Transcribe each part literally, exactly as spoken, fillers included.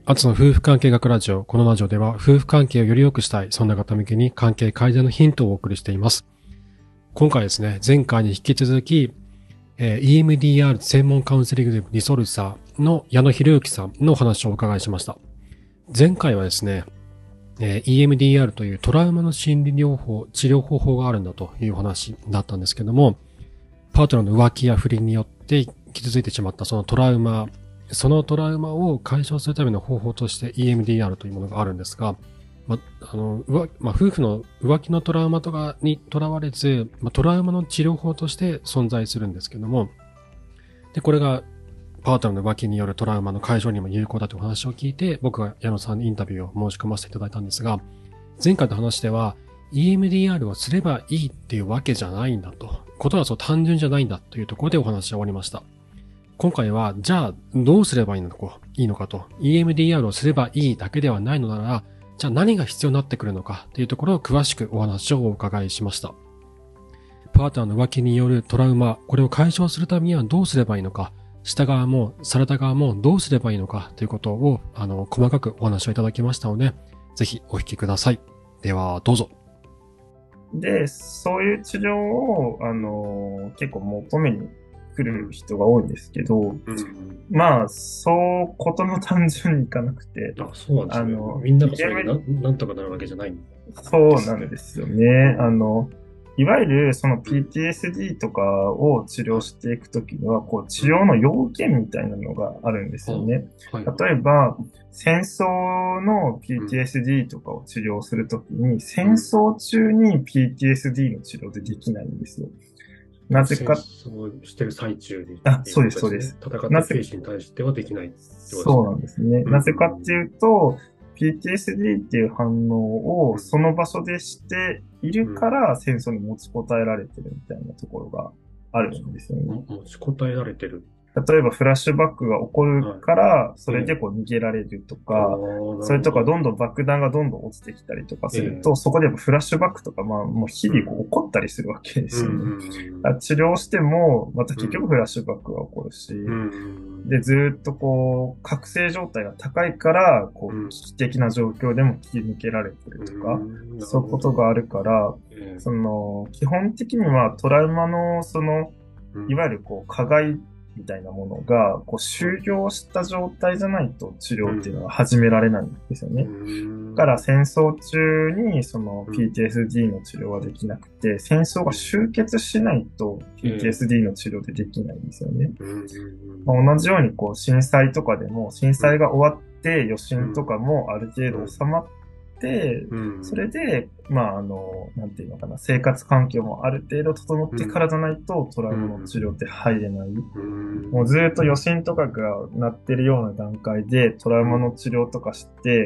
アツの夫婦関係学ラジオ。このラジオでは夫婦関係をより良くしたい、そんな方向けに関係改善のヒントをお送りしています。今回ですね、前回に引き続き、えー、イーエムディーアール 専門カウンセリングリソルサーの矢野博之さんのお話をお伺いしました。前回はですね、えー、イーエムディーアール というトラウマの心理療法、治療方法があるんだという話だったんですけども、パートナーの浮気や不倫によって傷ついてしまったそのトラウマ、そのトラウマを解消するための方法として イーエムディーアール というものがあるんですが、まあのまあ、夫婦の浮気のトラウマとかにとらわれず、まあ、トラウマの治療法として存在するんですけども、でこれがパートナーの浮気によるトラウマの解消にも有効だというお話を聞いて、僕が矢野さんにインタビューを申し込ませていただいたんですが、前回の話では イーエムディーアール をすればいいっていうわけじゃないんだと、ことはそう単純じゃないんだというところでお話は終わりました。今回は、じゃあ、どうすればいいのか、いいのかと、イーエムディーアール をすればいいだけではないのなら、じゃあ何が必要になってくるのかというところを詳しくお話をお伺いしました。パートナーの浮気によるトラウマ、これを解消するためにはどうすればいいのか、した側も、された側もどうすればいいのかということを、あの、細かくお話をいただきましたので、ぜひお聞きください。では、どうぞ。 で、そういう治療を、あの、結構求めに来る人が多いんですけど、うん、まあ、そうことの単純にいかなくて。 あ、そうなんですね。あのみんながそれでななんとかなるわけじゃないんです、ね。 そうなんですよね。うん、あの、いわゆるその ピーティーエスディー とかを治療していくときには、こう治療の要件みたいなのがあるんですよね。はいはい、例えば、戦争の ピーティーエスディー とかを治療するときに、戦争中に ピーティーエスディー の治療でできないんですよ。なぜか。 戦争してる最中に、ね。 あ、そうです、そうです。 戦ってる兵士に対してはできないってことですね。 そうなんですね。うん、なぜかっていうと、ピーティーエスディー っていう反応をその場所でしているから戦争に持ちこたえられてるみたいなところがあるんですよね。 持ちこたえられてる。 例えばフラッシュバックが起こるから、それでこう逃げられるとか、それとかどんどん爆弾がどんどん落ちてきたりとかすると、そこでフラッシュバックとか、まあもう日々こう起こったりするわけですよね。治療しても、また結局フラッシュバックが起こるし、で、ずっとこう、覚醒状態が高いから、こう、危機的な状況でも切り抜けられてるとか、そういうことがあるから、その、基本的にはトラウマの、その、いわゆるこう、加害みたいなものが、こう、終了した状態じゃないと治療っていうのは始められないんですよね。だから戦争中にその ピーティーエスディー の治療はできなくて、戦争が終結しないと ピーティーエスディー の治療でできないんですよね。まあ、同じようにこう、震災とかでも、震災が終わって余震とかもある程度収まって、それで、まあ、あの、なんていうのかな、生活環境もある程度整ってからじゃないと、トラウマの治療って入れない。もうずっと余震とかがなってるような段階で、トラウマの治療とかして、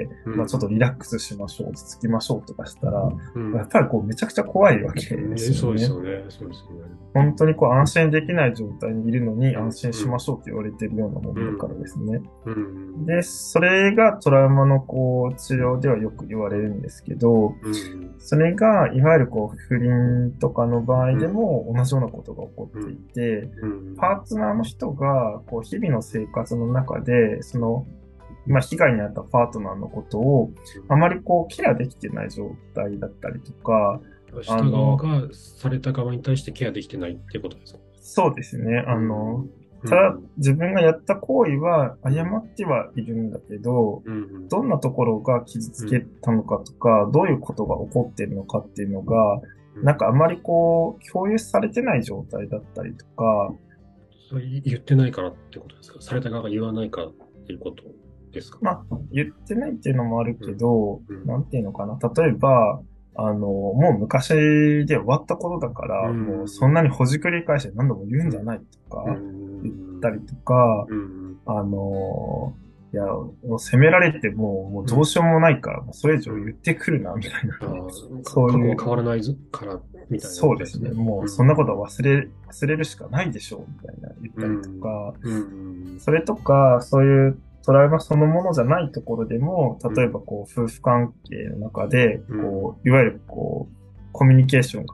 まあ、ちょっとリラックスしましょう、落ち着きましょうとかしたら、やっぱりこう、めちゃくちゃ怖いわけですよね。 そうですよね。そうですよね。 本当にこう、安心できない状態にいるのに、安心しましょうって言われてるようなものだからですね。で、それがトラウマのこう、治療ではよく言われるんですけど、それが、いわゆるこう、不倫とかの場合でも同じようなことが起こっていて、パートナーの人が、こう、日々の生活の中で、その、まあ、被害に遭ったパートナーのことを、あまりこう、ケアできてない状態だったりとか、 した側がされた側に対してケアできてないってことですか？ そうですね。あの、ただ、自分がやった行為は誤ってはいるんだけど、うん、どんなところが傷つけたのかとか、うん、どういうことが起こっているのかっていうのが、うん、なんかあまりこう、共有されてない状態だったりとか。 それ言ってないからってことですか？された側が言わないからっていうことですか？ まあ、言ってないっていうのもあるけど、うん、なんていうのかな。例えば、あの、もう昔で終わったことだから、うん、もうそんなにほじくり返して何度も言うんじゃないとか、言ったりとか、うん、あの、いや、責められても、もうどうしようもないから、もうそれ以上言ってくるな、みたいな。 うん、そういう。過去は変わらないから、みたいな、ね。 そうですね。もうそんなことは忘れ、忘れるしかないでしょう、みたいな言ったりとか、うんうん、それとか、そういうトラウマそのものじゃないところでも、例えばこう、夫婦関係の中で、こう、いわゆるこう、コミュニケーションが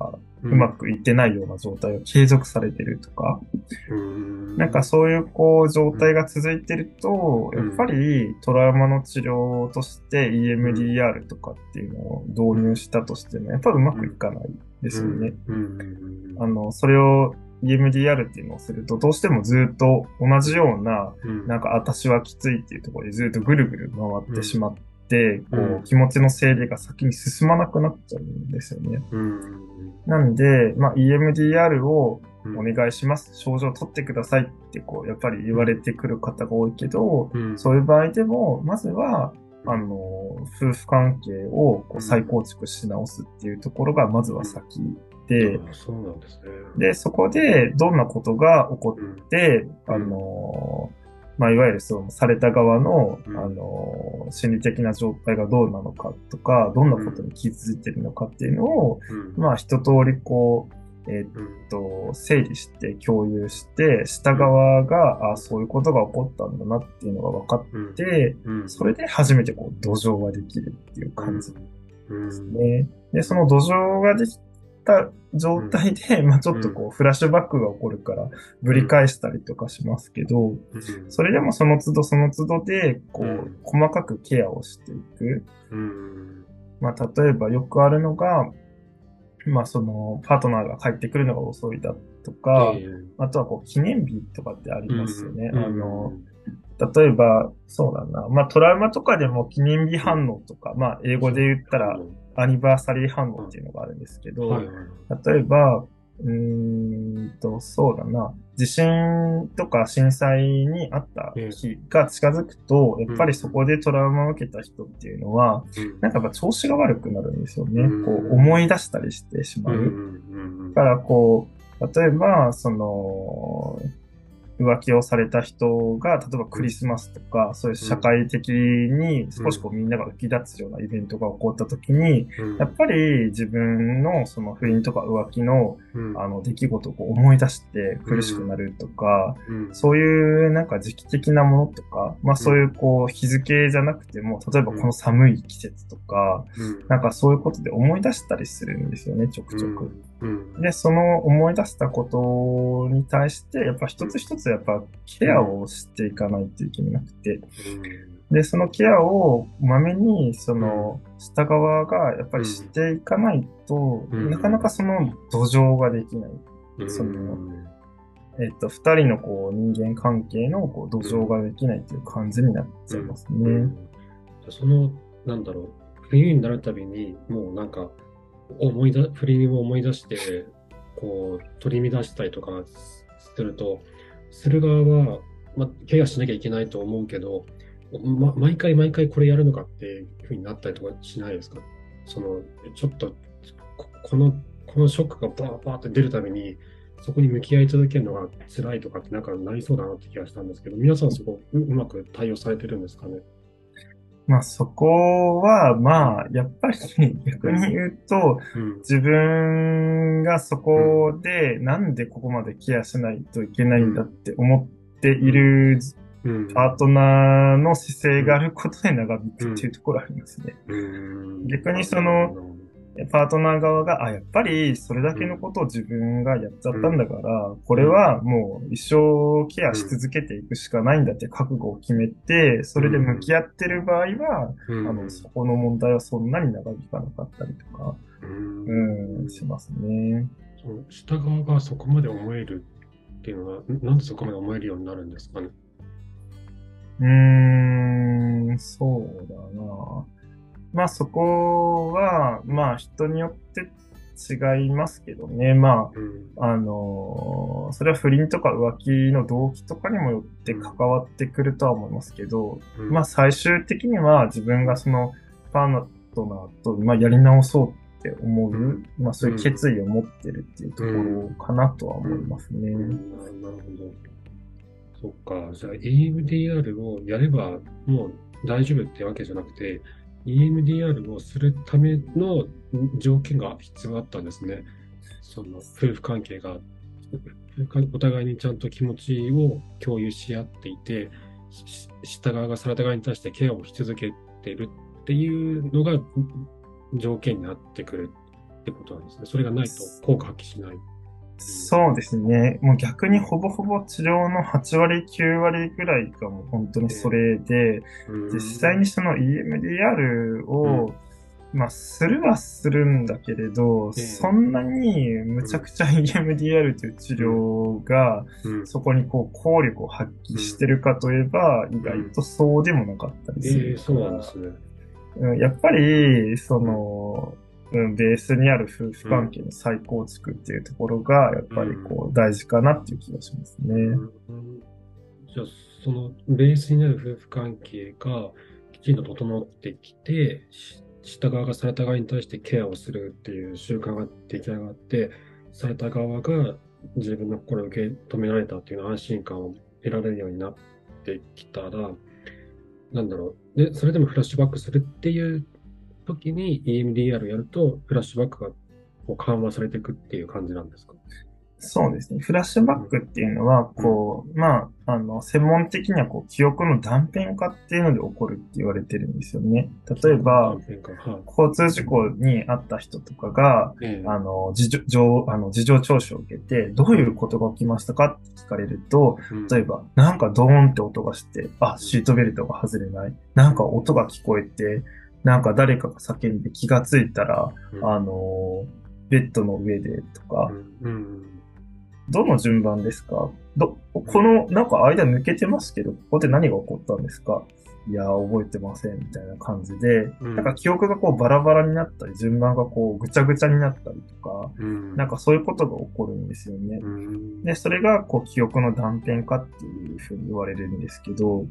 うまくいってないような状態が継続されてるとか、 うん、 なんかそういうこう状態が続いてると、 うん、 やっぱりトラウマの治療として イーエムディーアール とかっていうのを導入したとしても、やっぱりうまくいかないですよね。 うん、 あの、それを イーエムディーアール っていうのをすると、どうしてもずっと同じような、なんか私はきついっていうところでずっとぐるぐる回ってしまって、こう気持ちの整理が先に進まなくなっちゃうんですよね。なんで、まあ イーエムディーアール をお願いします。症状を取ってくださいって、こう、やっぱり言われてくる方が多いけど、そういう場合でも、まずは、あの、夫婦関係をこう再構築し直すっていうところが、まずは先で、 そうなんですね。 で、そこでどんなことが起こって、あの、まあ、いわゆるその、された側の、あの、心理的な状態がどうなのかとか、どんなことに気づいてるのかっていうのを、まあ、一通りこう、えー、っと、整理して共有して、下側が、あそういうことが起こったんだなっていうのが分かって、それで初めてこう、土壌ができるっていう感じですね。で、その土壌ができた状態で、まあちょっとこう、フラッシュバックが起こるから、ぶり返したりとかしますけど、それでもその都度その都度で、こう、細かくケアをしていく。まあ例えばよくあるのが、まあその、パートナーが帰ってくるのが遅いだとか、あとはこう、記念日とかってありますよね。あの、例えば、そうだな。まあトラウマとかでも記念日反応とか、まあ英語で言ったら、アニバーサリー反応っていうのがあるんですけど、例えば、うーんと、そうだな。地震とか震災にあった日が近づくと、やっぱりそこでトラウマを受けた人っていうのは、なんかやっぱ調子が悪くなるんですよね。こう思い出したりしてしまう。だからこう、例えば、その、浮気をされた人が、例えばクリスマスとか、そういう社会的に少しこうみんなが浮き立つようなイベントが起こった時に、やっぱり自分のその不倫とか浮気のあの出来事をこう思い出して苦しくなるとか、そういうなんか時期的なものとか、まあそういうこう日付じゃなくても、例えばこの寒い季節とか、なんかそういうことで思い出したりするんですよね、ちょくちょく。で、その思い出したことに対して、やっぱ一つ一つやっぱケアをしていかないといけなくて、で、そのケアをまめに、その、下側がやっぱりしていかないと、なかなかその土壌ができない。その、えっと、二人のこう人間関係のこう土壌ができないという感じになっちゃいますね。 その、なんだろう、冬になるたびに、もうなんか、思い出、不倫を思い出して、こう、取り乱したりとかすると、する側は、まあ、ケアしなきゃいけないと思うけど、ま、毎回毎回これやるのかっていうふうになったりとかしないですか？その、ちょっと、ここの、このショックがバーバーって出るために、そこに向き合い続けるのが辛いとかってなんかなりそうだなって気がしたんですけど、皆さんそこう、うまく対応されてるんですかね？ まあそこは、まあ、やっぱり逆に言うと、うん、自分がそこでなんでここまでケアしないといけないんだって思っているパートナーの姿勢があることで長引くっていうところありますね。逆にその、パートナー側が、あ、やっぱりそれだけのことを自分がやっちゃったんだから、これはもう一生ケアし続けていくしかないんだって覚悟を決めて、それで向き合ってる場合は、あの、そこの問題はそんなに長引かなかったりとか、うん、しますね。 その下側がそこまで思えるっていうのは、なんでそこまで思えるようになるんですかね？ うーん、そうだな。まあそこは、まあ人によって違いますけどね。まあ、あの、それは不倫とか浮気の動機とかにもよって関わってくるとは思いますけど、まあ最終的には自分がそのパートナーと、まあやり直そうって思う、まあそういう決意を持ってるっていうところかなとは思いますね。なるほど。そっか。じゃあ イーエムディーアール をやればもう大丈夫ってわけじゃなくて、イーエムディーアール をするための条件が必要だったんですね。その夫婦関係が、お互いにちゃんと気持ちを共有し合っていて、下側がされた側に対してケアをし続けているっていうのが条件になってくるってことなんですね。それがないと効果発揮しない。 そうですね。もう逆にほぼほぼ治療のはち割、きゅう割ぐらいがもう本当にそれで、 えー、 実際にその イーエムディーアール を、うん、まあ、するはするんだけれど、えー、そんなにむちゃくちゃ イーエムディーアール という治療が、そこにこう効力を発揮してるかといえば、意外とそうでもなかったりする。 えー、そうなんですね。 やっぱり、その、うん、ベースにある夫婦関係の再構築っていうところが、やっぱりこう、大事かなっていう気がしますね。うんうん、 じゃあ、そのベースになる夫婦関係がきちんと整ってきて、下側がされた側に対してケアをするっていう習慣が出来上がって、された側が自分の心を受け止められたっていう安心感を得られるようになってきたら、なんだろう。で、それでもフラッシュバックするっていう時に イーエムディーアール やると、フラッシュバックがこう緩和されていくっていう感じなんですか？ そうですね。フラッシュバックっていうのは、こう、うん、まあ、あの、専門的には、こう、記憶の断片化っていうので起こるって言われてるんですよね。例えば、はい、交通事故に遭った人とかが、えー、あの、事情、あの、事情聴取を受けて、どういうことが起きましたかって聞かれると、うん、例えば、なんかドーンって音がして、あ、シートベルトが外れない。なんか音が聞こえて、なんか誰かが叫んで気がついたら、うん、あの、ベッドの上でとか、うんうんどの順番ですか？ど、この、なんか間抜けてますけど、ここで何が起こったんですか？いやー、覚えてません、みたいな感じで、うん、なんか記憶がこうバラバラになったり、順番がこうぐちゃぐちゃになったりとか、うん、なんかそういうことが起こるんですよね。うん、で、それがこう記憶の断片化っていうふうに言われるんですけど、うん、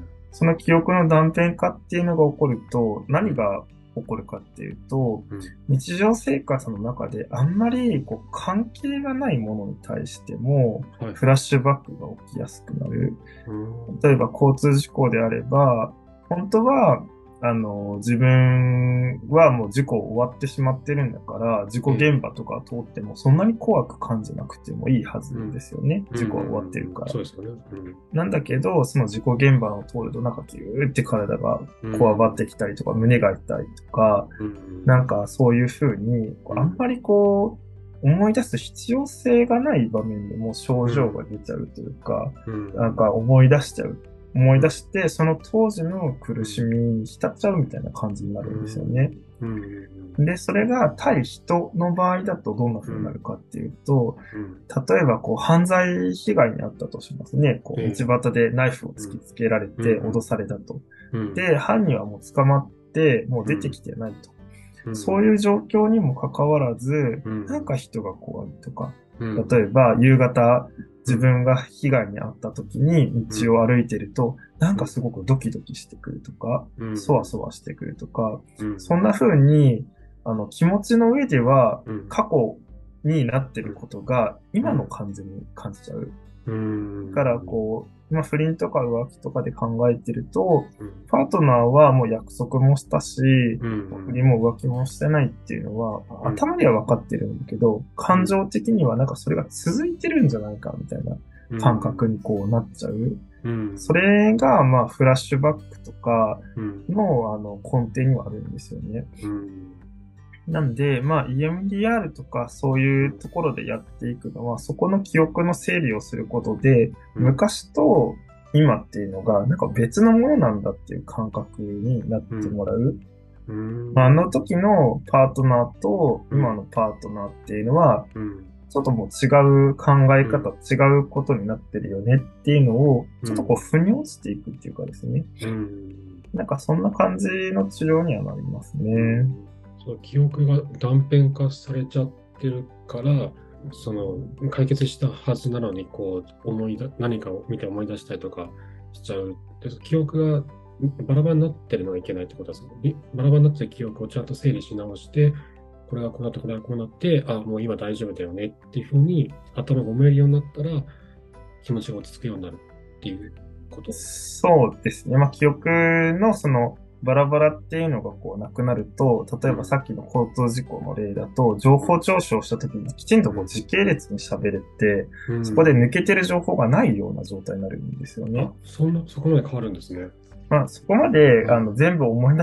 その記憶の断片化っていうのが起こると、何が起こるかっていうと、うん、日常生活の中であんまりこう関係がないものに対しても、フラッシュバックが起きやすくなる。はい、例えば交通事故であれば、本当は、あの、自分はもう事故終わってしまってるんだから、事故現場とか通ってもそんなに怖く感じなくてもいいはずですよね。うん、事故は終わってるから。 そうですよね。うん、 なんだけど、その事故現場を通るとなんかギューって体がこわばってきたりとか、うん、胸が痛いとか、うん、なんかそういう風に、あんまりこう、思い出す必要性がない場面でも症状が出ちゃうというか、うん、なんか思い出しちゃう。思い出して、その当時の苦しみに浸っちゃうみたいな感じになるんですよね。で、それが対人の場合だとどんな風になるかっていうと、例えばこう犯罪被害にあったとしますね。こう道端でナイフを突きつけられて脅されたと。で、犯人はもう捕まってもう出てきてないと。そういう状況にもかかわらず、なんか人が怖いとか、例えば夕方、自分が被害に遭った時に道を歩いてると、なんかすごくドキドキしてくるとか、そわそわしてくるとか、そんな風に、あの、気持ちの上では過去になってることが今の感じに感じちゃう。だからこう、今不倫とか浮気とかで考えてると、パートナーはもう約束もしたし、不倫も浮気もしてないっていうのは、頭では分かってるんだけど、感情的にはなんかそれが続いてるんじゃないかみたいな感覚にこうなっちゃう。それがまあフラッシュバックとかのあの根底にはあるんですよね。なんで、まあ イーエムディーアール とかそういうところでやっていくのは、そこの記憶の整理をすることで、昔と今っていうのがなんか別のものなんだっていう感覚になってもらう。まあ、あの時のパートナーと今のパートナーっていうのは、ちょっともう違う考え方、違うことになってるよねっていうのを、ちょっとこう腑に落ちていくっていうかですね。なんかそんな感じの治療にはなりますね。 その記憶が断片化されちゃってるから、その解決したはずなのに、こう思いだ何かを見て思い出したりとかしちゃう。で記憶がバラバラになってるのがいけないってことですね。バラバラになってる記憶をちゃんと整理し直して、これがこうなって、これがこうなって、あ、もう今大丈夫だよねっていうふうに頭が思えるようになったら、気持ちが落ち着くようになるっていうこと。 そうですね。まあ記憶のその、バラバラっていうのがこうなくなると、例えばさっきの交通事故の例だと、情報聴取をした時にきちんとこう時系列に喋れて、うん、そこで抜けてる情報がないような状態になるんですよね。 あ、そんな、そこまで変わるんですね。 まあそこまで、あの全部思い出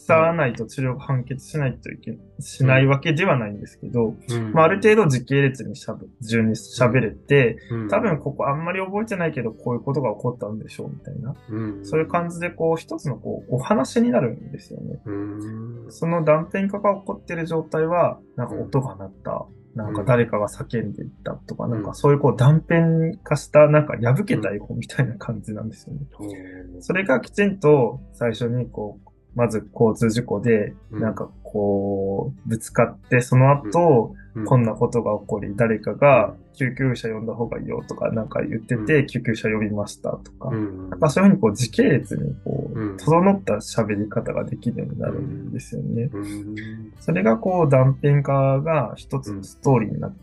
さないと治療が完結しないといけ、しないわけではないんですけど、 うん、 まあ、ある程度時系列にしゃべ、順に喋れて、 うん、 多分ここあんまり覚えてないけど、こういうことが起こったんでしょう、みたいな。 うん、 そういう感じで、こう、一つのこう、お話になるんですよね。 うん、 その断片化が起こっている状態は、なんか音が鳴った。なんか誰かが叫んでいったとか、なんかそういうこう断片化した、なんか破けた絵本みたいな感じなんですよね。それがきちんと最初にこう、まず交通事故で、なんかこう、ぶつかって、その後、こんなことが起こり、誰かが救急車呼んだ方がいいよとかなんか言ってて、救急車呼びましたとか、なんかそういうふうにこう時系列にこう、整った喋り方ができるようになるんですよね。それがこう断片化が一つのストーリーになって、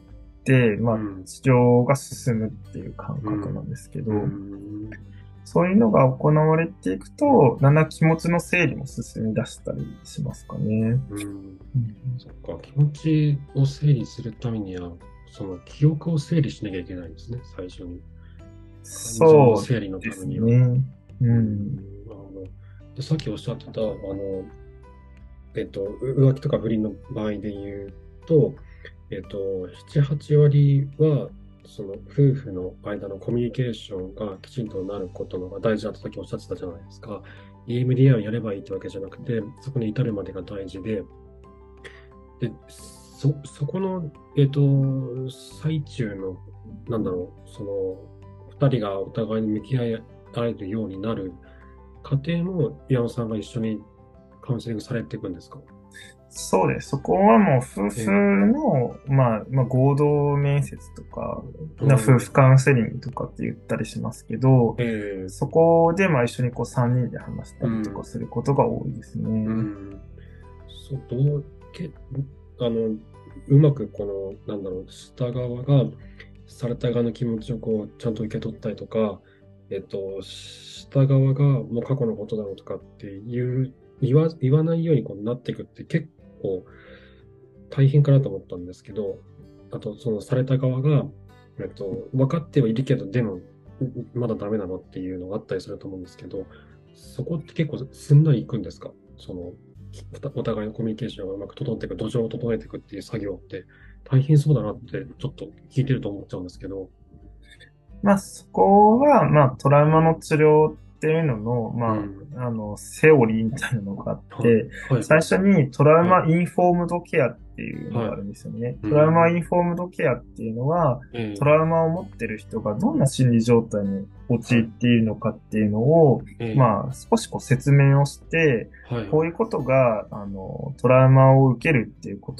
まあ、治療が進むっていう感覚なんですけど、そういうのが行われていくと、だんだん気持ちの整理も進み出したりしますかね。 うん。うん、そっか、気持ちを整理するためには、その記憶を整理しなきゃいけないんですね、最初に。 そう整理のためには。 ね。うん。 なるほど。で、さっきおっしゃってた、あの、えっと、浮気とか不倫の場合で言うと、えっと、なな、はち割は、その夫婦の間のコミュニケーションがきちんとなることのが大事だとさっきおっしゃってたじゃないですか。イーエムディーアール やればいいってわけじゃなくて、そこに至るまでが大事で、で、そ、そこの、えっと、最中の、なんだろう、その、二人がお互いに向き合い合えるようになる過程も、岩野さんが一緒にカウンセリングされていくんですか？ そうです。そこはもう夫婦の、えー、まあ、まあ、合同面接とか、うん、夫婦カウンセリングとかって言ったりしますけど、えー、そこでまあ一緒にこうさんにんで話したりとかすることが多いですね。うんうん、 そう、どう、け、あの、うまくこの、なんだろう、下側が、された側の気持ちをこう、ちゃんと受け取ったりとか、えっと、下側がもう過去のことだろうとかっていう、言わ、言わないようにこうなっていくって結構大変かなと思ったんですけど、あと、そのされた側が、えっと、分かってはいるけど、でも、まだダメなのっていうのがあったりすると思うんですけど、そこって結構すんなりいくんですか？その、お互いのコミュニケーションがうまく整っていく、土壌を整えていくっていう作業って大変そうだなってちょっと聞いてると思っちゃうんですけど。 まあ、そこは、まあ、トラウマの治療っていうのの、まあ、うん、あの、セオリーみたいなのがあって、はいはい、最初にトラウマインフォームドケアっていうのがあるんですよね。はい、トラウマインフォームドケアっていうのは、うん、トラウマを持ってる人がどんな心理状態に陥っているのかっていうのを、はい、まあ、少しこう説明をして、はい、こういうことが、あの、トラウマを受けるっていうこと、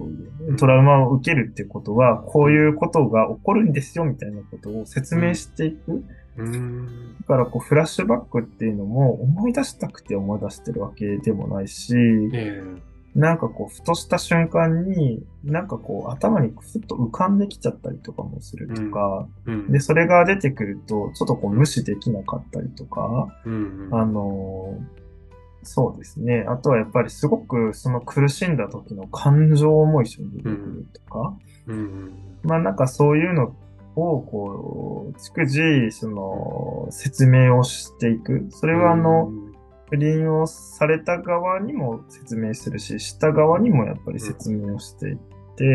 トラウマを受けるっていうことは、こういうことが起こるんですよみたいなことを説明していく。うん、だからこうフラッシュバックっていうのも思い出したくて思い出してるわけでもないし、えー、なんかこうふとした瞬間になんかこう頭にふっと浮かんできちゃったりとかもするとか、うんうん、で、それが出てくるとちょっとこう無視できなかったりとか、うんうん、あのー、そうですね。あとはやっぱりすごくその苦しんだ時の感情も一緒に出てくるとか、うんうん、まあなんかそういうのを、こう、逐次、その、説明をしていく。それは、あの、不倫をされた側にも説明するし、した側にもやっぱり説明をしていって、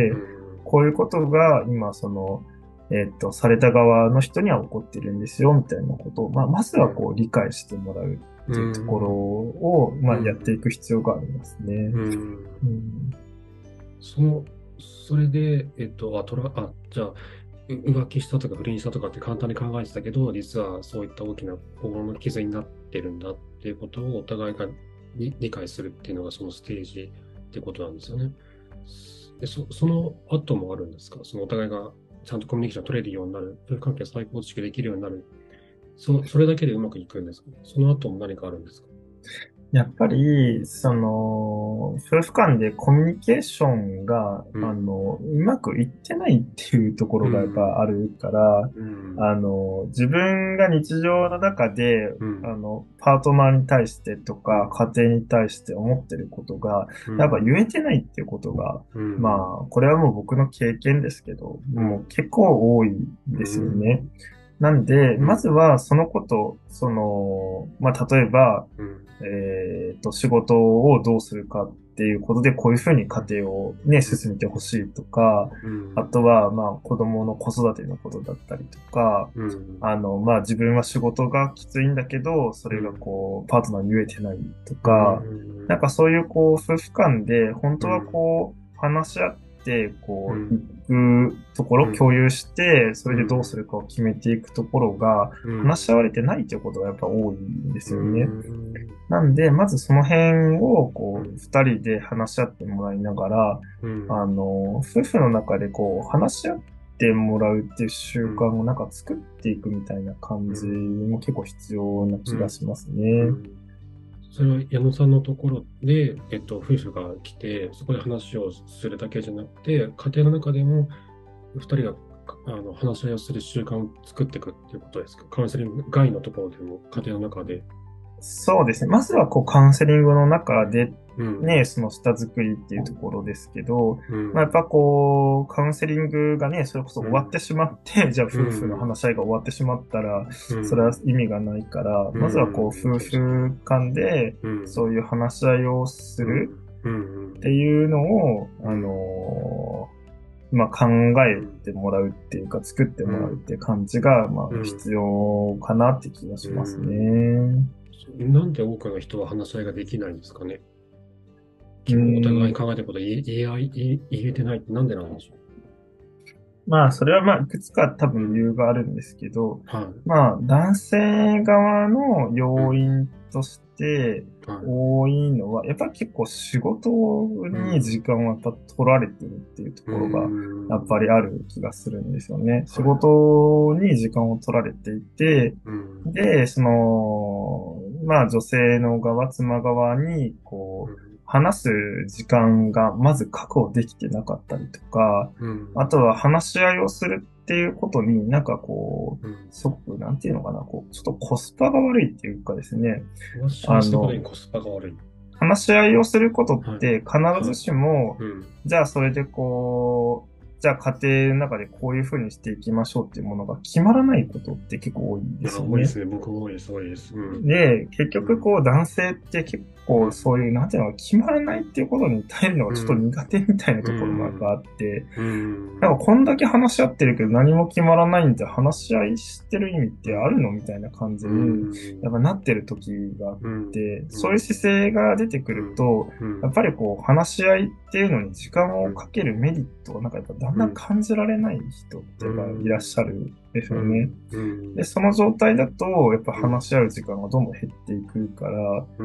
こういうことが今、その、えっと、された側の人には起こってるんですよ、みたいなことを、まあ、まずはこう、理解してもらうっていうところを、まあ、やっていく必要がありますね。うんうん、 その、それで、えっと、あ、トラ、あ、じゃあ、浮気したとか不倫したとかって簡単に考えてたけど、実はそういった大きな心の傷になってるんだっていうことをお互いが理解するっていうのがそのステージってことなんですよね。で、そその後もあるんですか？そのお互いがちゃんとコミュニケーション取れるようになる、夫婦関係を再構築できるようになる、そそれだけでうまくいくんですか？その後も何かあるんですか？ やっぱり、その、夫婦間でコミュニケーションが、うん、あの、うまくいってないっていうところがやっぱあるから、うんうん、あの、自分が日常の中で、うん、あの、パートナーに対してとか、家庭に対して思ってることが、やっぱ言えてないっていうことが、まあ、これはもう僕の経験ですけど、もう結構多いんですよね。なんで、まずはそのこと、その、まあ、例えば、 えっと、仕事をどうするかっていうことで、こういうふうに家庭をね、進めてほしいとか、 うん。 あとは、まあ、子供の子育てのことだったりとか、 うん。 あの、まあ、自分は仕事がきついんだけど、それがうん。 こう、パートナーに言えてないとうか、なんかん。 そういうこう、夫婦間で、本当はうん。 こう、話し合って、こう、 うん。 行くところ、共うん。 有して、それでどうすうん。 るかを決めていくところが、 うん。 話し合われてないということがやっぱ多いんでうすよね。 ん。 なんで、まずその辺を、こう、 うん。 二人で話し合ってもらいながら、 うん。 あの、夫婦の中でこう、話し合ってもらうっていう習慣うん。 をなんか作っていくみたいな感じうん。 も結構必要なうん。 気がしますね。 うん。それは矢野さんのところで、えっと、夫婦が来て、そこで話をするだけじゃなくて、家庭の中でも二人がかあの話し合いをする習慣を作っていくっていうことですか？カウンセリング外のところでも、家庭の中で。 そうですね。まずはこうカウンセリングの中でうん。 ね、その下作りっていうところですけど、まあ、やっうん。 ぱこう、カウンセリングがね、それこそ終わってうん。 しまって、じゃあう夫婦の話ん。 し合いが終わってしまったら、 うそれはん。 意味がないから、 うまずはこう、 ん。 夫そうですね。 婦間でうん。 そういう話し合いをするうん。うん。 っていうのを、あうん。 のまあ、考えうん。 てもらうっていうか、作ってもらうっうん。 ていう感じが、まあ、 うん。 必要かなって気がうしますん。 ね。 なんで多くの人は話し合いができないんですかね。 う気もお互いにん。 考えてること言え、言え合い、言え言えてないってなんでなんでしょまあ、それはまあ、いくつか多う。う分理由ん。 があるんですけど、 はい。 まあ、男性側の要うん。 因としてはい。 多いのは、やっぱり結構仕事に時うん。 間をやっぱ取られてるっていうとうーころが、やっぱん。 りある気がするんですよね。仕はい。 事に時間を取られていて、 うん。 で、その、まあ女性の側、妻側に、こう、 うん。 話す時間がまず確保できてなかったりとか、 うん。 あとは話し合いをするっていうことになんかこう、 うん。 すごく、なんていうのかな、こう、ちょっとコスパが悪いっていうかですね、 話し合いすることあの、 にコスパが悪い。 話し合いをすることっはい。 て必ずはい。 しも、 うん。 じゃあそれでこう、じゃあ家庭の中でこういうふうにしていきましょうっていうものが決まらないことって結構多いんであ、 すよね。 多いですね。僕も多いです。多いです。うん。 で、結うん。 局こう男性って結構うん。 そういう、なんていうの、決まらないっていうことに耐えるのがちょっとうん。 苦手みたいなうところがやっぱん。 あって、 うん。 なんかこんだけ話し合ってるけど何も決まらないんで話し合いしてる意味ってあるのみたいな感じうにやっぱん。 なってる時があっうん。 て、 うん。 そういう姿勢が出てくうん。 ると、 うん。 やっぱりこう話し合いっていうのに時間うん。 をかけるメリットがなんかやっぱだんだんうん。 感じられない人っうてやっぱいらっしゃん。 るんですよね。 うん。うで、 ん。 その状態だと、やっぱうん。 話し合う時間がどんどん減っていくから、 うん。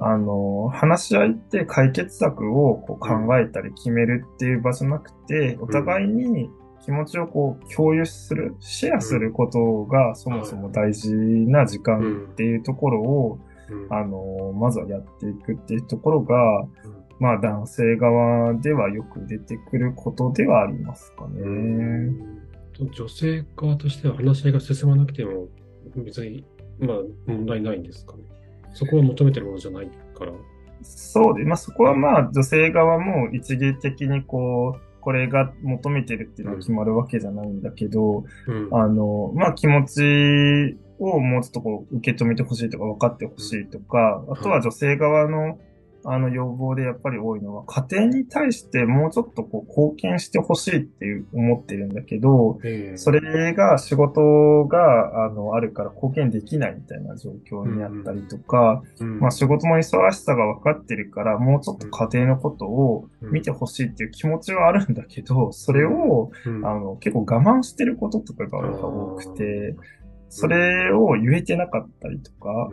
あの、話し合いって解決策をこう考うん。 えたり決めるっていう場じゃなくて、おうん。 互いに気持ちをこう共有する、シェアうん。 することがそもそもはい。 大事な時間っうん。 ていうところを、 うん。 あの、まずはやっていくっていうところが、 うん。 まあ男性側ではよく出てくることではありますかうーね。 んと女性側としては話し合いが進まなくても別に、まあ問題ないんですかね。そこは求めてるものじゃないから。 そうで、まあそこはまあ女性側も一義的にこう、これが求めてるっていうのは決うん。 まるわけじゃないんだけど、 うん。 あの、まあ気持ちをもうちょっとこう受け止めてほしいとか分かってほうん。 しいとか、あとはい。 は女性側のあの要望でやっぱり多いのは家庭に対してもうちょっとこう貢献してほしいっていう思ってるんだけど、そええれが仕事があのあるから貢献できないみたいな状況うにあったりん。 とか、 うん。 まあ仕事の忙しさが分かってるから、もうちょっとうん。 家庭のことを見てうん。 ほしいっていう気持ちはあるんだけど、そうん。 れを、 うん。 あの、結構我慢してることとかあがやっぱ多くあ。 て、そうん。 れを言えてなかったりとか、 うん。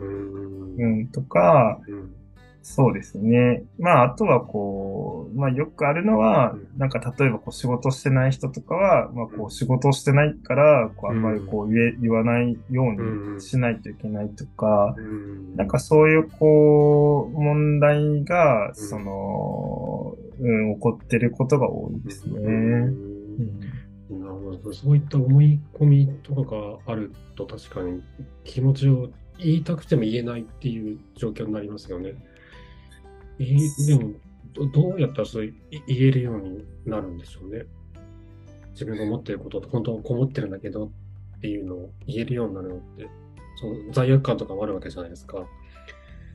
うん、とか、 うん。 そうですね。まあ、あとはこう、まあよくあるのは、 うん。 なんか例えばこう仕事してない人とかは、まあうん。 こう仕事してないから、こうあうんまりん。 こう言え、言わないよううにん。 しないといけないとか、 うなんかん。 そういうこう、問題が、そうん。 の、うん、起こってることが多いですね。 ううん。 ん、 なるほど。そういった思い込みとかがあると確かに気持ちを言いたくても言えないっていう状況になりますよね。いいでも、どどうやったらそうい言えるようになるんでしょうね。自分が思っていることと本当はこう思ってるんだけどっていうのを言えるようになるのって、その罪悪感とかもあるわけじゃないですか。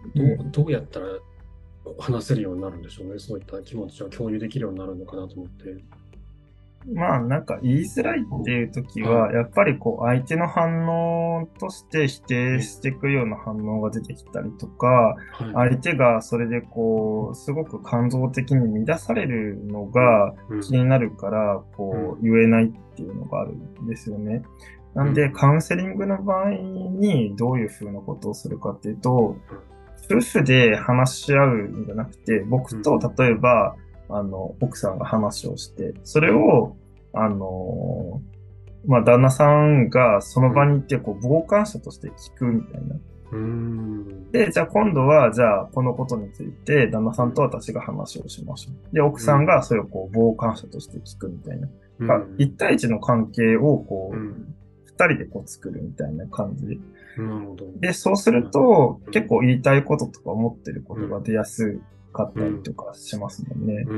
どう、どうやったら話せるようになるんでしょうね。そういった気持ちを共有できるようになるのかなと思って。 まあなんか言いづらいっていう時は、 はい。 やっぱりこう相手の反応として否定していくような反応が出てきたりとか、 はい。 相手がそれでこう、すごく感情的に乱されるのうん。 がうん。 気になるから、 うん。 こう言えないっていうのがあるんですよね。なんでカうん。 ウンセリングの場合にどういうふうなことをするかっていうと、夫婦で話し合うんじゃなくて、僕うん。 と例えば、あの、奥さんが話をして、それはい。 を、あの、まあ、旦那さんがそのうん。 場にいて、こう、傍観者として聞くみたいな。 うーん。 で、じゃあ今度は、じゃあこのことについて、旦那さんとうん。 私が話をしましょう。で、奥さんがうん。 それをこう、傍観者として聞くみたいな。 うが一ん。 対一の関係を、こう、 うん。 二人でこう作るみたいな感じ。 なるほど。 で、そうするはい。 と、 うん。 結構言いたいこととか思ってるこうん。 とが出やすかったりとうん。 かしますもんね。 うん。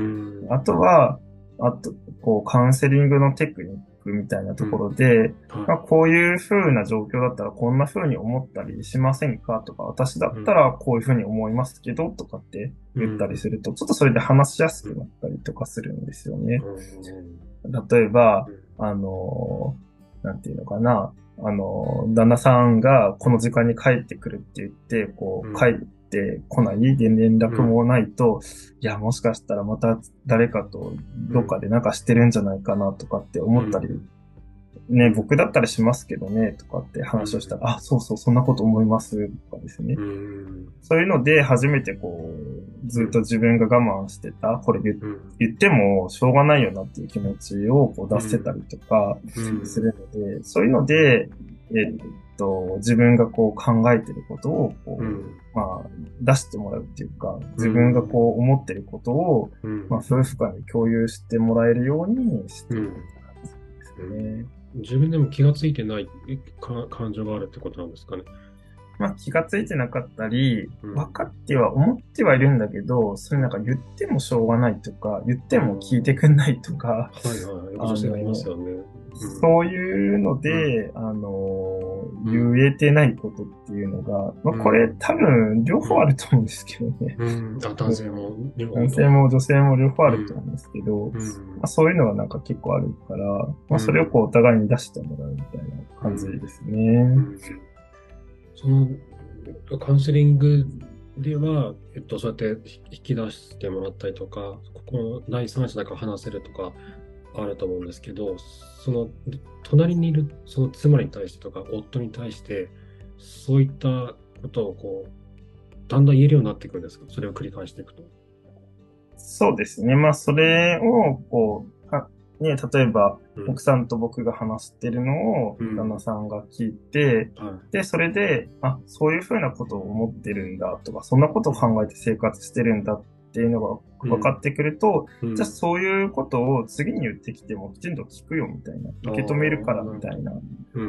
あとは、あと、こう、カウンセリングのテクニックみたいなとこうん。 ろで、まあ、 はい。 こういう風な状況だったらこんな風に思ったりしませんかとか、私だうん。 ったらこういう風に思いますけど、とかって言ったりうん。 すると、ちょっとそれで話しやすうん。 くなったりとかするんですよね。 うん。 例えば、 うん。 あの、なんていうのかな。あの、旦那さんがこの時間に帰ってくるって言って、こう、帰うん。 ってこないで連絡もうん。 ないと、いや、もしかしたらまた誰かとどっかうん。 でなんかしてるんじゃないかなとかって思ったり、ね、僕だったらしますけどね、とかってうん。 話をしたら、あ、そうそう、そんなこと思います、とかですね。 うん。 そういうので、初めてこう、ずっとうん。 自分が我慢してた、これ言うん。 言ってもしょうがないよなっていう気持ちをこう出せたうん。 りとかうん。 するので、そういうので、えっと、自分がこう考えてることをこう、 うん。 まあ、出してもらうっていうか、 う自分がん。 こう思ってることを、まあ、 うん。 夫婦間で共有してもらえるようにしていくってうん。 感じですうん。 ね。 自分でも気がついてないか感情があるってことなんですかね。 まあ気がついてなかったり、 うん。 分かっては思ってはいるんだけど、それなんか言ってもしょうがないとか、言ってあも聞いてくんないとか、 あ、はいはい。よく女あ性がいますの、 よね。うん。 そういうのうん。 で、あの、 うん。 言えてないことっていうのが、まあこれうん。 多分両うん。 方あると思うんですけどね。 うん。あ、男性も両方と。 男性も女性も両方あうん。 ると思うんですけど、 うまあ、 ん。 そういうのがなんか結構あるから、まあそれをこううん。 お互いに出してもらうみたいな感じうん。 ですね。 うん。その、カウンセリングでは、えっと、そうやって引き出してもらったりとか、ここの第三者だから話せるとか、あると思うんですけど、その、隣にいる、その妻に対してとか、夫に対して、そういったことをこう、だんだん言えるようになっていくんですか？それを繰り返していくと。 そうですね。まあ、それを、こう、かね、例えば、 うん。 奥さんと僕が話してるのを、 うん。 旦那さんが聞いて、 はで、それで、あ、そういうふうなことを思ってるんだとか、そんなことをい。うん。 考えて生活してるんだっていうのがうん。 分かってくると、じゃあうん。 そういうことを次に言ってきてもきちんと聞くよみたいな、 ああ、 受け止めるからなるほど。 みたいな、 うん。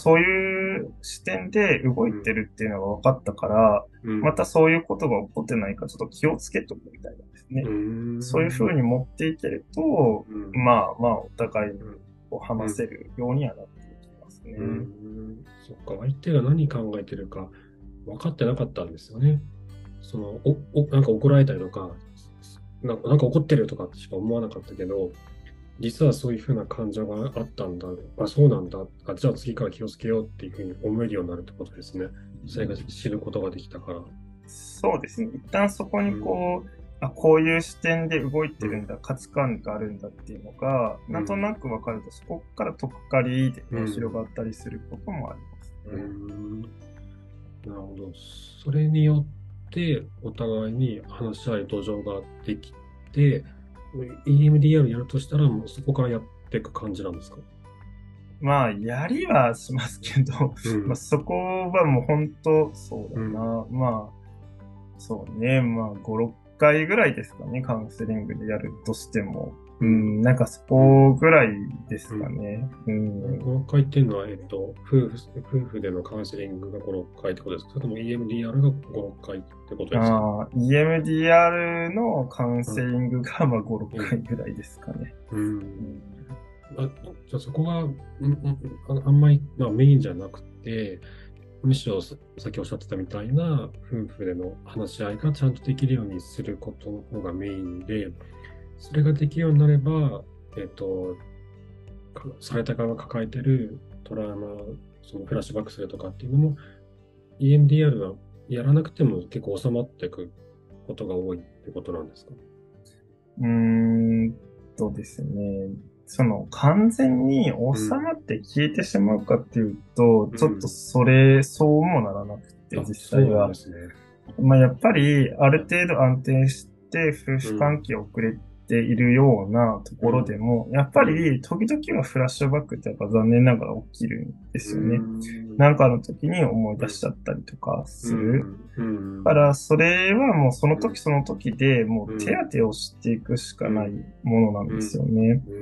まあそういう視点で動いてうん。 るっていうのが分かったから、 うん。 またそういうことが起こってないかちょっと気をつけとくみたいなんですね。 うそういう風ん。 に持っていけると、 うん。 まあまあ、お互いにうん。 こううん。 話せるようにはなっていきますうね。 ん。そっか、相手が何考えてるか分かってなかったんですよね。その、お、お、なんか怒られたりとか、なんか、なんか怒ってるとかしか思わなかったけど、実はそういうふうな感情があったんだ。あ、そうなんだ。あ、じゃあ次から気をつけようっていうふうに思えるようになるってことですね。それが知ることができたから。 そうですね。一旦そこにうん。 こう、あ、こういう視点で動いてうん。 るんだ、価値観があるんだっていうのが、なんとなうん。 くわかると、そこからとっかかりでうこう広がん。 ったりすることもありますうね。 ん。なるほど。それによって、お互いに話し合い土壌ができて、イーエムディーアール やるとしたら、もうそこからやっていく感じなんですか？ まあ、やりはしますけど、まあうん。 そこはもう本当、そうだうん。 な。まあ、そうね。まあ、ご、ろっかいぐらいですかね。カウンセリングでやるとしても。 うん。 うん、なんかそうん。 こぐらいですうん。 かね。うん。 ご、ろっかいっていうのは、えっと、夫婦、夫婦でのカウンセリングがご、ろっかいってことですか？それとも イーエムディーアール がご、ろっかいってことですか？ ああ、イーエムディーアール のカウンうん。 セリングが、まあ、ご、6 ええ。 回ぐらいですかね。 ううん。 ん、 あ、じゃあそこが、うんうんあ、あんまり、まあ、メインじゃなくて、 むしろささっきおっしゃってたみたいな夫婦での話し合いがちゃんとできるようにすることの方がメインで、それができるようになれば、えっと、かされた側が抱えてるトラウマ、そのフラッシュバックするとかっていうのも、イーエムディーアール がやらなくても結構収まっていくことが多いってことなんですか？ うーんとですね。その完全に収うん。 まって消えてしまうかっていうと、ちょっとうん。 それ、そうもならなくて、 あ、 実そうなんで際は。 すね。 まあ、やっぱり、あるはい。 程度安定して夫婦うん。 関係を送れているようなところでうん。 も、やっぱうん。 り、時々はフラッシュバックってやっぱ残念ながら起きるんでうーすよね。 ん。 なんかの時に思いうん。 出しちゃったりとかうする。 ん。うん。 だから、それはもうそのうん。 時その時でもう手うん。 当てをしていくしかないうん。 ものなんですうん。 よね。 うん。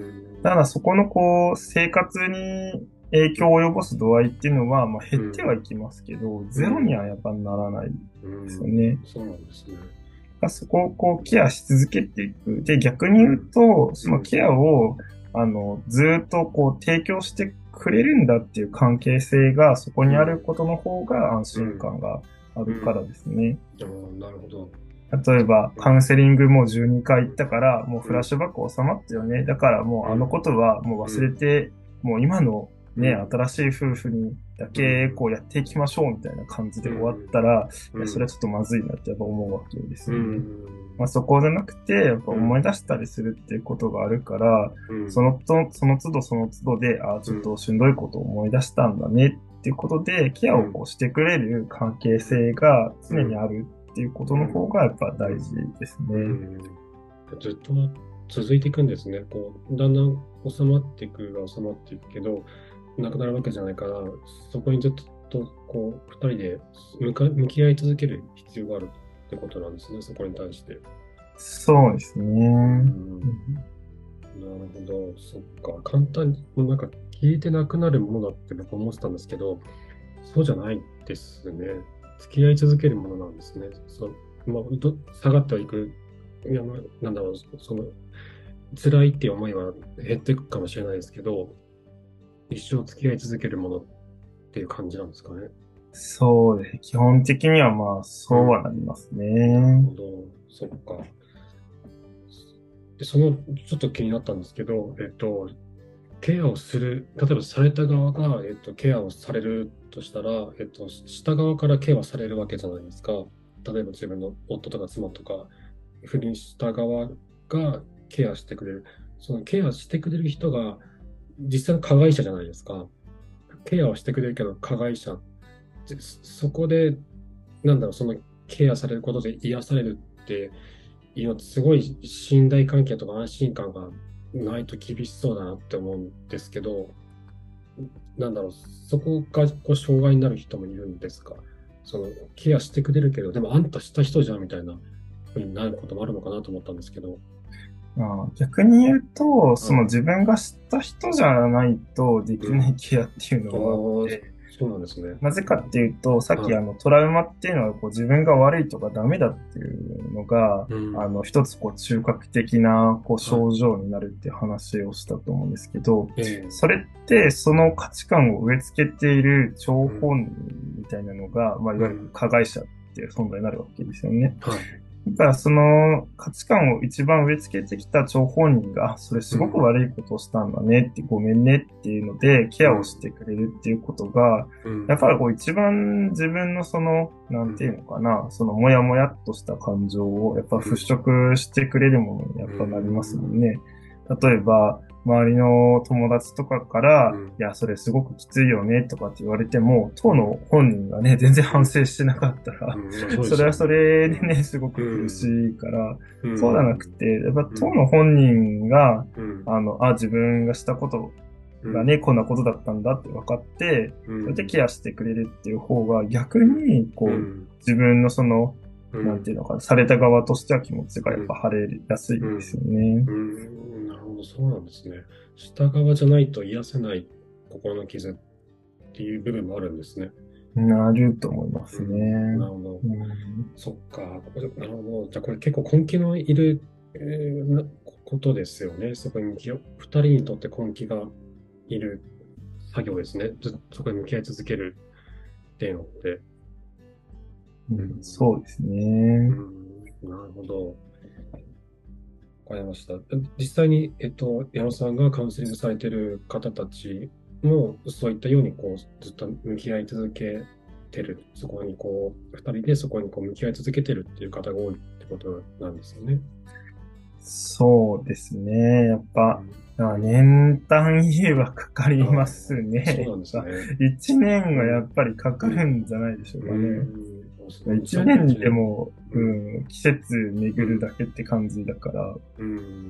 ただそこのこう、生活に影響を及ぼす度合いっていうのは、まあ減ってはいきますけど、ゼロにうん。 はやっぱならないでうん。 すよね。 そうなんですね。 そこをこうケアし続けていく。で、逆に言ううん。 と、そうん。 のケアを、あの、ずーっとこう提供してくれるんだっていう関係性がそこにあるうん。 ことの方が安うん。 心感があうん。 るからですね。 ああ、なるほど。 例えば、 うん。 カウンセリングもうじゅうにかい行ったから、もううん。 フラッシュバック収まったよね。だからもうあのうん。 ことはもう忘れうん。 て、もう今のね、 うん。 新しい夫婦にだうん。 けこうやっていきましょうみたいな感じで終わっうん。 たら、いや、それはうん。 ちょっとまずいなってやっぱ思うわけですうよね。まあ、 ん。 そこじゃなくて、やっぱうん。 思い出したりするっていうことがあるから、 うん。 そのと、その都度その都度で、あ、ちょっとしんどいことを思い出したんだねっていうことで、ケアをこうしてくれる関係性が常にあるっていうことの方がやっぱ大事ですうね。 ん。ずっと続いていくんですね。こう、だんだん収まっていくが収まっていくけど、なくなるわけじゃないから、そこにずっと、こう、二人で向か向き合い続ける必要があるってことなんですね、そこに対して。 そうですね。 ううんん。なるほど。そっか。簡単に、もうなんか消えてなくなるものだって僕は思ってたんですけど、そうじゃないですね。付き合い続けるものなんですね。そう、まあ、ど下がってはいく。いや、まあなんだろう、その、辛いっていう思いは減っていくかもしれないですけど、一生付き合い続けるものっていう感じなんですかね。 そうですね。基本的にはまあ、そうはうん。 なりますなるね。 ほど。そっか。で、その、ちょっと気になったんですけど、えっと、ケアをする、例えばされた側が、えっと、ケアをされるとしたら、えっと、下側からケアされるわけじゃないですか。例えば自分の夫とか妻とか、不倫した側がケアしてくれる。そのケアしてくれる人が実際の加害者じゃないですか。ケアをしてくれるけど加害者。でそこで、なんだろう、そのケアされることで癒されるっていうのってすごい信頼関係とか安心感がないと厳しそうだなって思うんですけど、なんだろう、そこがこう障害になる人もいるんですか？そのケアしてくれるけど、でもあんたした人じゃんみたいな風になることもあるのかなと思ったんですけど。 まあ、逆に言うと、そのはい。 自分が知った人じゃないとできなうん。 いケアっていうあのがあっあ、 て、 そうなんですね。 なぜかっていうと、さっきはい。 あのトラウマっていうのはこう自分が悪いとかダメだっていうのが、 うん。 あの一つこう中核的なこうはい。 症状になるっていう話をしたと思うんですけど、 ええ。 それってその価値観を植え付けている張うん。 本人みたいなのが、まあいわゆるうん。 加害者っていう存在になるわけですよね。 はい。 だからその価値観を一番植え付けてきた張本人が、あそれすごくうん。 悪いことをしたんだねって、ごめんねっていうので、ケアをしうん。 てくれるっていうことが、 うん。 やっぱりこう一番自分のその、なんていうのかな、そのもやもやっとした感情をやっぱ払うん。 拭してくれるものにやっうぱなりますもんん。 ね。例えば、周りの友達とかから、 うん。 いや、それすごくきついよねとかって言われても、当うん。 の本人がね、全然うん。 反省してなかったら、 うん。まあ、そうでそれはそすよね。 れでね、 うん。 すごくう苦しん。 いから、 うそうじゃなくん。 て、やっぱ当うん。 の本人が、 うん。 あの、あ、自分がしたことうん。 がね、こんなことだったんだって分かって、それでうん。 ケアしてくれるっていう方が逆に、こう、 うん。 自分のその、 うん。 なんていうのかな、された側としては気持ちがやっぱうん。 晴れやすいですうん。 よね。 うん。なるほど、そうなんですね。下側じゃないと癒せない心の傷っていう部分もあるんですね。 なると思いますね。 うん。なるほど。 うん、 そっか。これなるほど。じゃあ、これ結構根気のいる、えーなことですよね。そこに向き合う、二人にとって根気がいる作業ですね。ずそこに向き合い続ける。 っていうのって。 うん、そうですね。 うん、なるほど。わかりました。実際に、えっと、矢野さんがカウンセリングされている方たちも、そういったように、こう、ずっと向き合い続けてる、そこにこう、二人でそこにこう向き合い続けてるっていう方が多いってことなんですよね。 そうですね。やっぱ、あ年単位はかかりますね。 そうなんですね。 一年はやっぱりかかるんじゃないでしょうかね。一年でも、うん、季節巡るだけって感じだから、うん、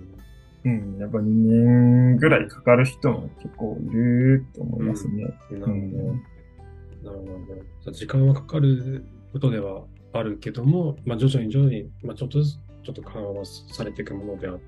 うん、やっぱにねんぐらいかかる人も結構いると思いますね。 うん、なるほど。なるほど。時間はかかることではあるけども、まあ、徐々に徐々に、まあ、ちょっとずつちょっと緩和されていくものであって、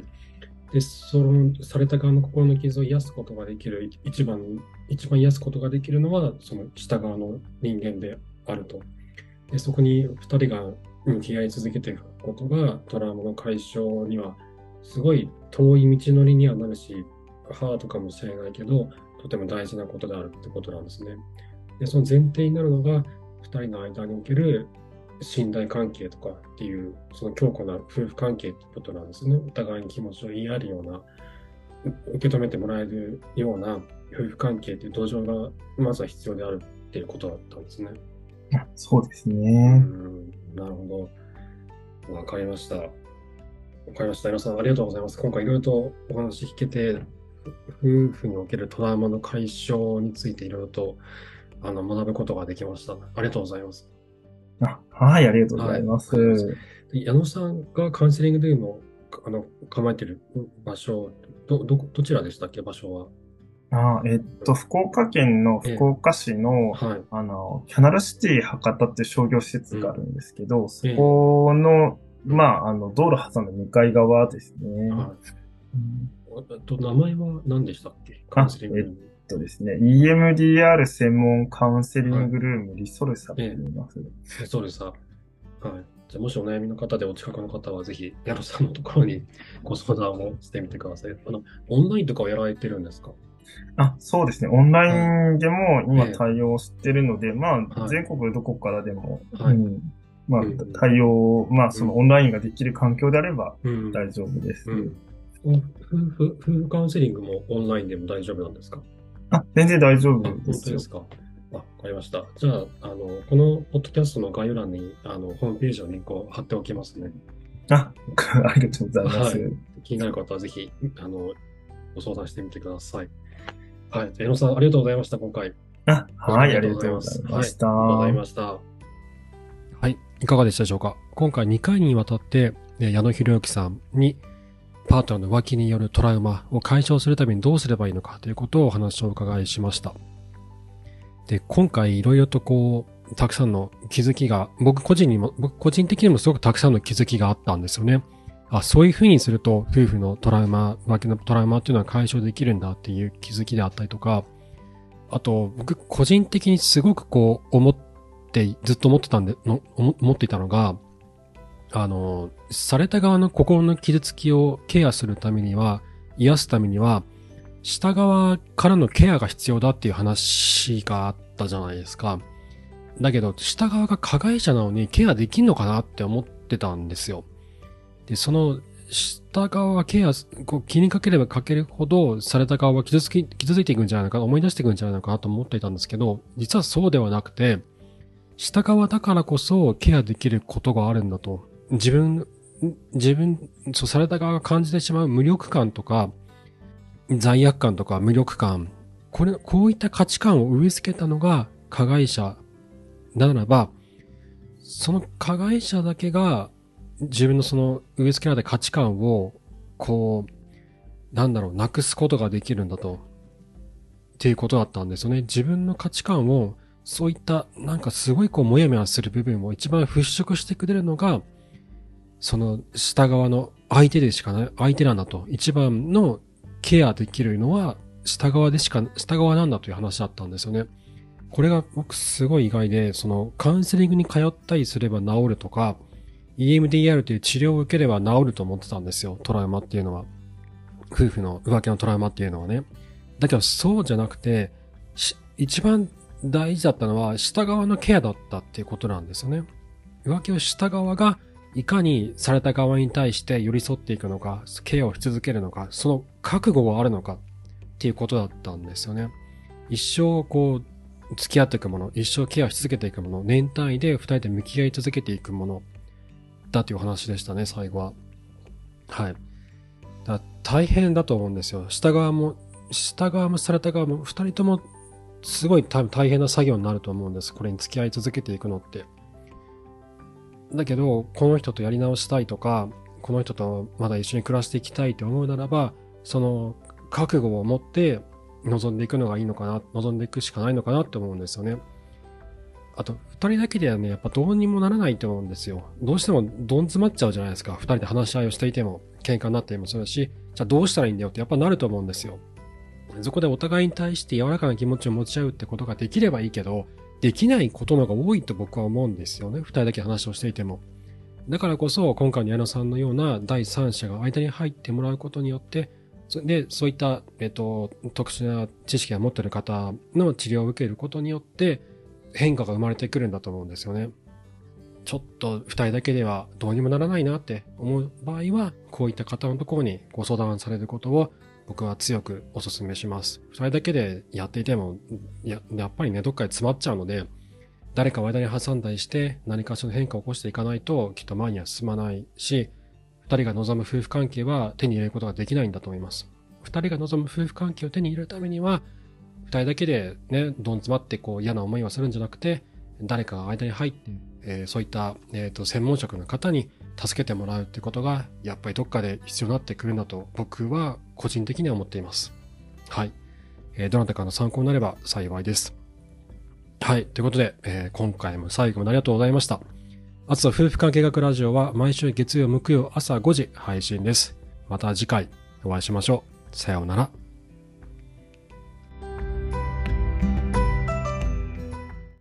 で、その、された側の心の傷を癒すことができる、一番、一番癒すことができるのは、その下側の人間であると。で、そこに二人が向き合い続けていくことが、トラウマの解消には、すごい遠い道のりにはなるし、ハードかもしれないけど、とても大事なことであるってことなんですね。で、その前提になるのが、二人の間における信頼関係とかっていう、その強固な夫婦関係ってことなんですね。お互いに気持ちを言い合えるような、受け止めてもらえるような夫婦関係っていう土壌がまずは必要であるっていうことだったんですね。 そうですね。 うん、なるほど。わかりました。わかりました。皆さんありがとうございます。今回いろいろとお話聞けて、夫婦におけるトラウマの解消についていろいろとあの学ぶことができました。ありがとうございます。 あはい、ありがとうございます。はい、 矢野さんがカウンセリングルームをあの構えている場所、ど、ど、どちらでしたっけ、場所は。 あえっと、福岡県の福岡市の、はい、あの、キャナルシティ博多っていう商業施設があるんですけど、うん、そこの、うん、まあ、あの、道路挟んだ向かい側ですね。はいうん、と名前は何でしたっけ、カウンセリングルーム。 えっとですね、イーエムディーアール 専門カウンセリングルーム、はい、リソルサって言います。 リソルサ。はい。じゃあもしお悩みの方でお近くの方はぜひ、矢野さんのところにご相談をしてみてください。あの、オンラインとかをやられてるんですか？ あ、そうですね。オンラインでも今対応してるので、はい、まあ、全国どこからでも、はい、うん、まあ、うん、対応、まあ、そのオンラインができる環境であれば大丈夫です。うんうん、夫婦、夫婦カウンセリングもオンラインでも大丈夫なんですか？ あ、全然大丈夫です。 本当ですか？あ、わかりました。じゃあ、あの、このポッドキャストの概要欄に、あの、ホームページのリンクを貼っておきますね。 あ、ありがとうございます。はい、 気になる方はぜひ、あの、ご相談してみてください。はい。江野さん、ありがとうございました、今回。 あ、はい、ありがとうございました。 はい、ありがとうございました。はい。いかがでしたでしょうか？今回にかいにわたって、矢野博之さんに、パートナーの浮気によるトラウマを解消するためにどうすればいいのかということをお話をお伺いしました。で、今回いろいろとこう、たくさんの気づきが、僕個人にも、僕個人的にもすごくたくさんの気づきがあったんですよね。あ、そういう風にすると夫婦のトラウマ、浮気のトラウマっていうのは解消できるんだっていう気づきであったりとか、あと、僕個人的にすごくこう思って、ずっと思ってたんで、の思っていたのが、あの、された側の心の傷つきをケアするためには、癒すためには、下側からのケアが必要だっていう話があったじゃないですか。だけど、下側が加害者なのにケアできんのかなって思ってたんですよ。で、その、下側はケア、こう気にかければかけるほど、された側は傷つき、傷ついていくんじゃないのか、思い出していくんじゃないのかなと思っていたんですけど、実はそうではなくて、下側だからこそケアできることがあるんだと。自分、自分、そうされた側が感じてしまう無力感とか、罪悪感とか無力感、これ、こういった価値観を植え付けたのが加害者ならば、その加害者だけが自分のその植え付けられた価値観を、こう、なんだろう、なくすことができるんだと。っていうことだったんですよね。自分の価値観を、そういった、なんかすごいこう、もやもやする部分を一番払拭してくれるのが、その下側の相手でしかない、相手なんだと。一番のケアできるのは下側でしか、下側なんだという話だったんですよね。これが僕すごい意外で、そのカウンセリングに通ったりすれば治るとか、イーエムディーアール という治療を受ければ治ると思ってたんですよ。トラウマっていうのは。夫婦の浮気のトラウマっていうのはね。だけどそうじゃなくて、一番大事だったのは下側のケアだったっていうことなんですよね。浮気をした側がいかにされた側に対して寄り添っていくのか、ケアをし続けるのか、その覚悟があるのかっていうことだったんですよね。一生こう付き合っていくもの、一生ケアし続けていくもの、年単位で二人で向き合い続けていくものだという話でしたね、最後は。はい。だ大変だと思うんですよ。下側も、下側もされた側も二人ともすごい多分大変な作業になると思うんです。これに付き合い続けていくのって。だけど、この人とやり直したいとか、この人とまだ一緒に暮らしていきたいと思うならば、その覚悟を持って望んでいくのがいいのかな、望んでいくしかないのかなって思うんですよね。あと、二人だけではね、やっぱどうにもならないと思うんですよ。どうしてもどん詰まっちゃうじゃないですか。二人で話し合いをしていても、喧嘩になってもそうだし、じゃあどうしたらいいんだよってやっぱなると思うんですよ。そこでお互いに対して柔らかな気持ちを持ち合うってことができればいいけど、できないことの方が多いと僕は思うんですよね。二人だけ話をしていても。だからこそ、今回の矢野さんのような第三者が間に入ってもらうことによって、で、そういった、えっと、特殊な知識を持っている方の治療を受けることによって、変化が生まれてくるんだと思うんですよね。ちょっと二人だけではどうにもならないなって思う場合は、こういった方のところにご相談されることを僕は強くお勧めします。二人だけでやっていても、や、やっぱりね、どっかで詰まっちゃうので、誰かを間に挟んだりして何かしらの変化を起こしていかないときっと前には進まないし、二人が望む夫婦関係は手に入れることができないんだと思います。二人が望む夫婦関係を手に入れるためには、二人だけでね、どん詰まってこう嫌な思いはするんじゃなくて、誰かが間に入って、えー、そういった、えーと、専門職の方に助けてもらうってことが、やっぱりどっかで必要になってくるんだと僕は個人的には思っています。はい。えー、どなたかの参考になれば幸いです。はい。ということで、えー、今回も最後までありがとうございました。あつの夫婦関係学ラジオは毎週月曜、木曜朝ごじ配信です。また次回お会いしましょう。さようなら。